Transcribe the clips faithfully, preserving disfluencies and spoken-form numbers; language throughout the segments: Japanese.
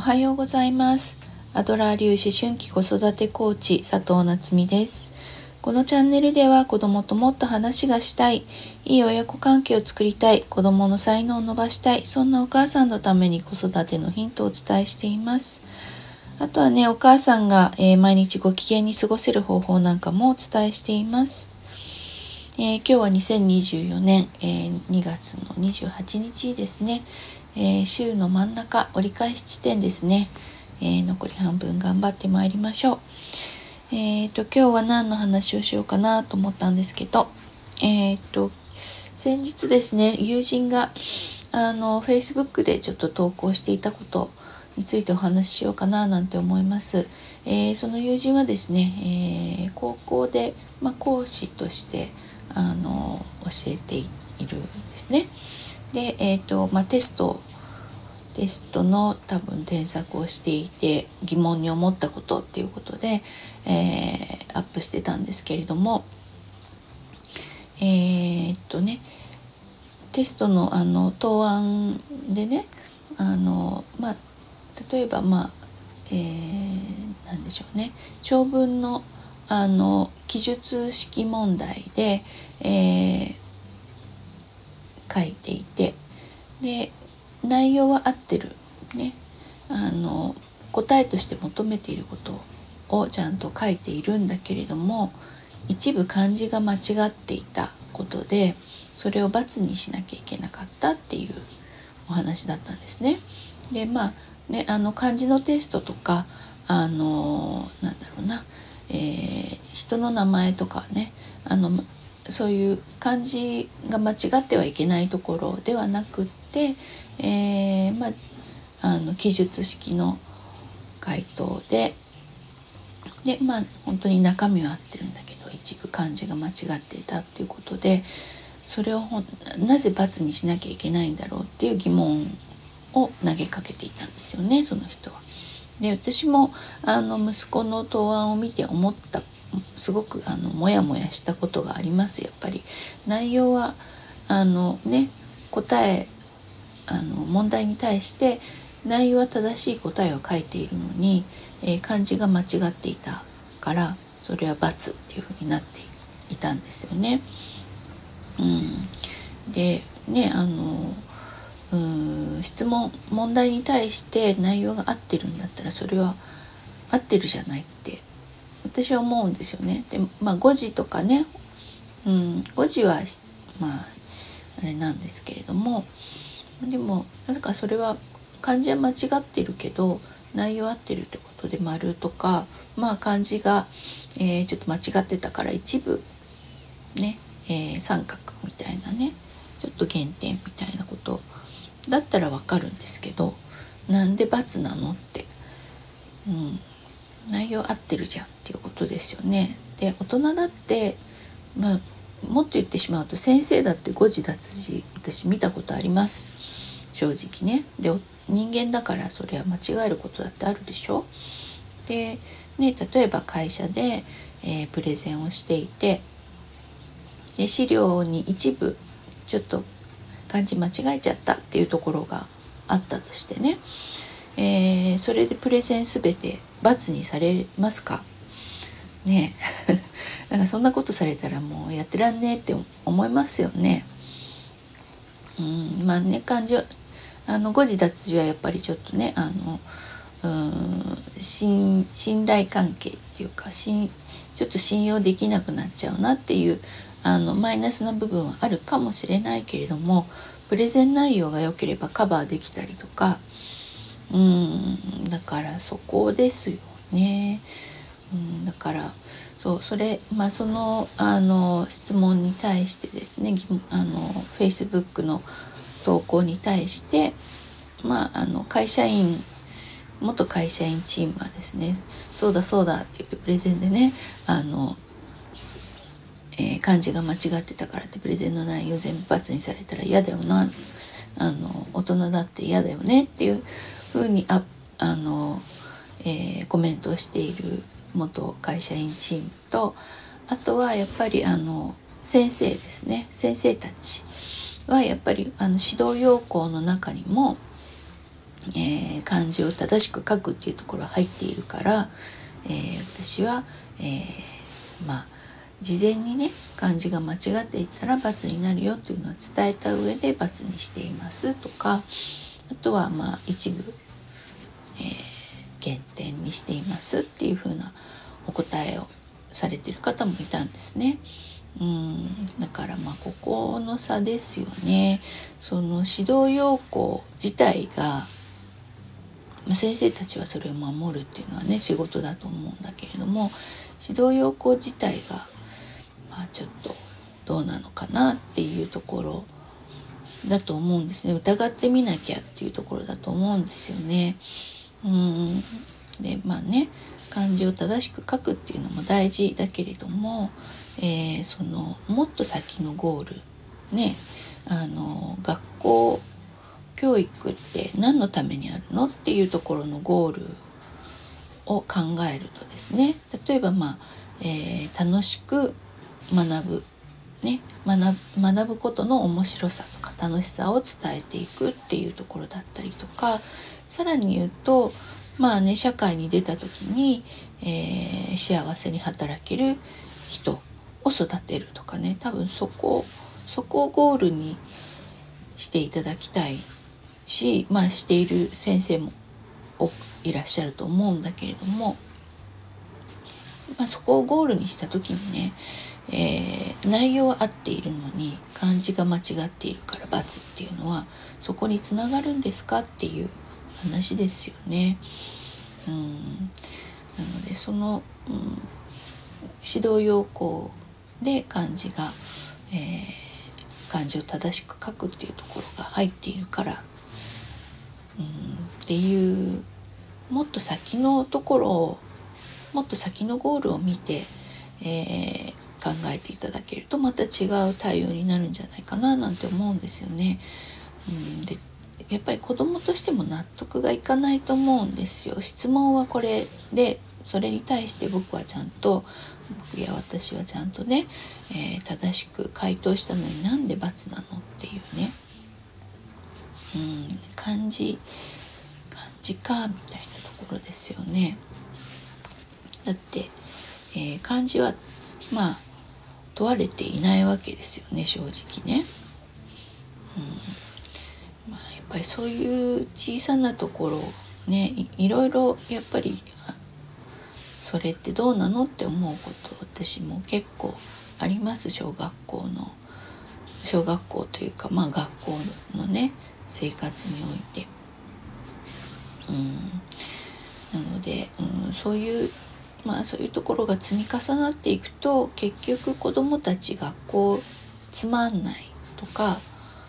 はようございます。アドラー流思春期子育てコーチ佐藤夏実です。このチャンネルでは子供ともっと話がしたい、いい親子関係を作りたい、子供の才能を伸ばしたい、そんなお母さんのために子育てのヒントをお伝えしています。あとはね、お母さんが、えー、毎日ご機嫌に過ごせる方法なんかもお伝えしています。えー、今日はにせんにじゅうよねん、えー、にがつのにじゅうはちにちですね。えー、週の真ん中、折り返し地点ですね。えー、残り半分頑張ってまいりましょう。えーと今日は何の話をしようかなと思ったんですけど、えーと先日ですね、友人があの Facebook でちょっと投稿していたことについてお話ししようかななんて思います。えー、その友人はですね、えー、高校で、まあ、講師としてあの教えているんですね。で、えーとまあ、テストテストの多分添削をしていて疑問に思ったことっていうことで、えー、アップしてたんですけれども、えー、っとねテストのあの答案でね、あのまあ例えばまあ、えー、なんでしょうね、長文のあの記述式問題で、えー、書いていて、で内容は合ってるね、あの答えとして求めていることをちゃんと書いているんだけれども、一部漢字が間違っていたことでそれを×にしなきゃいけなかったっていうお話だったんですね。でまあね、あの漢字のテストとかあのなんだろうな、えー、人の名前とかね、あのそういう漢字が間違ってはいけないところではなくって、えーまあ、あの記述式の回答でで、まあ、本当に中身は合ってるんだけど一部漢字が間違っていたっていうことで、それをなぜ×にしなきゃいけないんだろうっていう疑問を投げかけていたんですよね、その人は。で私もあの息子の答案を見て思ったすごくあのモヤモヤしたことがあります。やっぱり内容はあのね答えあの問題に対して内容は正しい答えを書いているのに、えー、漢字が間違っていたからそれは×っていうふうになっていたんですよね。うん、でねあのうん質問問題に対して内容が合ってるんだったらそれは合ってるじゃないって私は思うんですよね。でまあ誤字とかね、うん、誤字はまああれなんですけれども、でもなんかそれは漢字は間違ってるけど内容合ってるってことで丸とか、まあ漢字が、えー、ちょっと間違ってたから一部ね、えー、三角みたいなねちょっと減点みたいなことだったらわかるんですけど、なんで×なのって、うん、内容合ってるじゃんっていうことですよね。で大人だって、まあ、もっと言ってしまうと先生だって誤字脱字私見たことあります、正直ね。で人間だからそれは間違えることだってあるでしょ。で、ね、例えば会社で、えー、プレゼンをしていてで資料に一部ちょっと漢字間違えちゃったっていうところがあったとしてね、えー、それでプレゼンすべて×にされますかね。なんかそんなことされたらもうやってらんねえって思いますよね。うん、まあね漢字はあの誤字脱字はやっぱりちょっとねあのうん信, 信頼関係っていうか信ちょっと信用できなくなっちゃうなっていうあのマイナスな部分はあるかもしれないけれども、プレゼン内容が良ければカバーできたりとか、うんだからそこですよね。うんだからそうそれまあそのあの質問に対してですね、あの Facebook の投稿に対して、まああの会社員元会社員チームはですね、そうだそうだって言ってプレゼンでねあのえー、漢字が間違ってたからってプレゼンの内容全部×にされたら嫌だよな、あの大人だって嫌だよねっていう風にああの、えー、コメントをしている元会社員チームと、あとはやっぱりあの先生ですね、先生たちはやっぱりあの指導要項の中にもえー、漢字を正しく書くっていうところが入っているから、えー、私は、えー、まあ事前にね漢字が間違っていたら×になるよっていうのは伝えた上で×にしていますとか、あとはまあ一部、えー、減点にしていますっていう風なお答えをされている方もいたんですね。うんだからまあここの差ですよね。その指導要項自体が、まあ、先生たちはそれを守るっていうのはね仕事だと思うんだけれども、指導要項自体がまあちょっとどうなのかなっていうところだと思うんですね。疑ってみなきゃっていうところだと思うんですよね。うんでまあね漢字を正しく書くっていうのも大事だけれども、えー、そのもっと先のゴールね、あの学校教育って何のためにあるのっていうところのゴールを考えるとですね、例えばまあ、えー、楽しく学ぶね、学, 学ぶことの面白さとか楽しさを伝えていくっていうところだったりとか、さらに言うとまあね社会に出た時に、えー、幸せに働ける人を育てるとかね、多分そこそこをゴールにしていただきたいし、まあしている先生もいらっしゃると思うんだけれども、まあ、そこをゴールにした時にね、えー、内容は合っているのに漢字が間違っているから×っていうのはそこにつながるんですかっていう話ですよね。うんなのでその、うん、指導要項で漢字が、えー、漢字を正しく書くっていうところが入っているから、うん、っていうもっと先のところをもっと先のゴールを見て、えー、考えていただけるとまた違う対応になるんじゃないかななんて思うんですよね。うん、でやっぱり子どもとしても納得がいかないと思うんですよ。質問はこれでそれに対して僕はちゃんと僕や私はちゃんとね、えー、正しく回答したのになんで×なのっていうね、うん、漢字漢字かみたいなところですよね。だって、えー、漢字はまあ問われていないわけですよね、正直ね。うんまあ、やっぱりそういう小さなところね い, いろいろやっぱりそれってどうなのって思うこと私も結構あります。小学校の小学校というかまあ学校のね生活において、うん、なので、うん、そういうまあそういうところが積み重なっていくと結局子どもたち学校つまんないとか、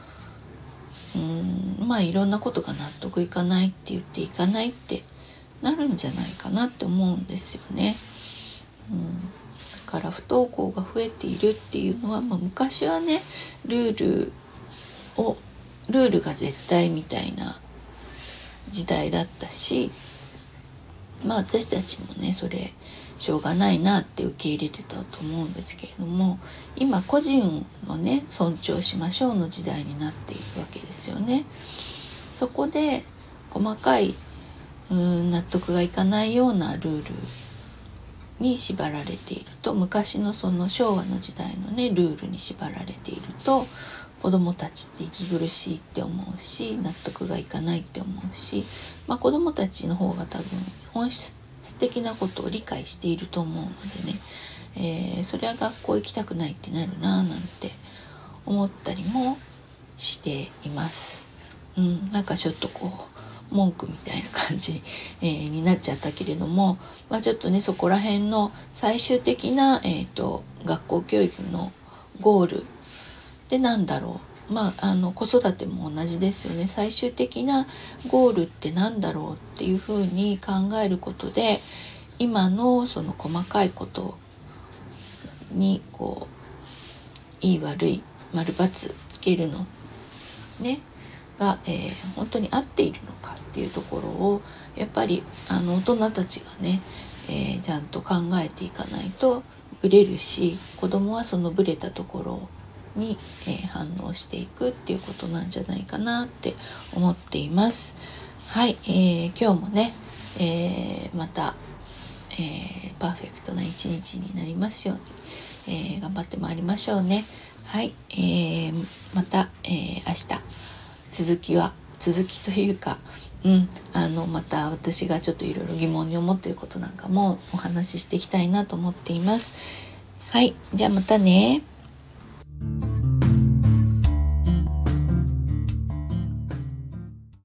うんまあいろんなことが納得いかないって言っていかないってなるんじゃないかなって思うんですよね。うん、だから不登校が増えているっていうのは、まあ、昔はねルールをルールが絶対みたいな時代だったし、まあ私たちもねそれしょうがないなって受け入れてたと思うんですけれども、今個人をね尊重しましょうの時代になっているわけですよね。そこで細かいうん納得がいかないようなルールに縛られていると、昔のその昭和の時代のねルールに縛られていると子どもたちって息苦しいって思うし納得がいかないって思うし、まあ、子どもたちの方が多分本質的なことを理解していると思うのでね、えー、それは学校行きたくないってなるななんて思ったりもしています。うん、なんかちょっとこう文句みたいな感じ、えー、になっちゃったけれども、まあ、ちょっとねそこら辺の最終的な、えーと、学校教育のゴールでなんだろう、まあ、あの子育ても同じですよね。最終的なゴールってなんだろうっていうふうに考えることで今のその細かいことにこういい悪い丸×つけるのねが、えー、本当に合っているのかっていうところをやっぱりあの大人たちがね、えー、ちゃんと考えていかないとブレるし、子供はそのブレたところに、えー、反応していくっていうことなんじゃないかなって思っています。 はい、えー、今日もね、えー、また、えー、パーフェクトな一日になりますように、えー、頑張ってまいりましょうね。はい、えー、また、えー、明日続きは続きというか、うん、あのまた私がちょっといろいろ疑問に思っていることなんかもお話ししていきたいなと思っています。はい、じゃあまたね。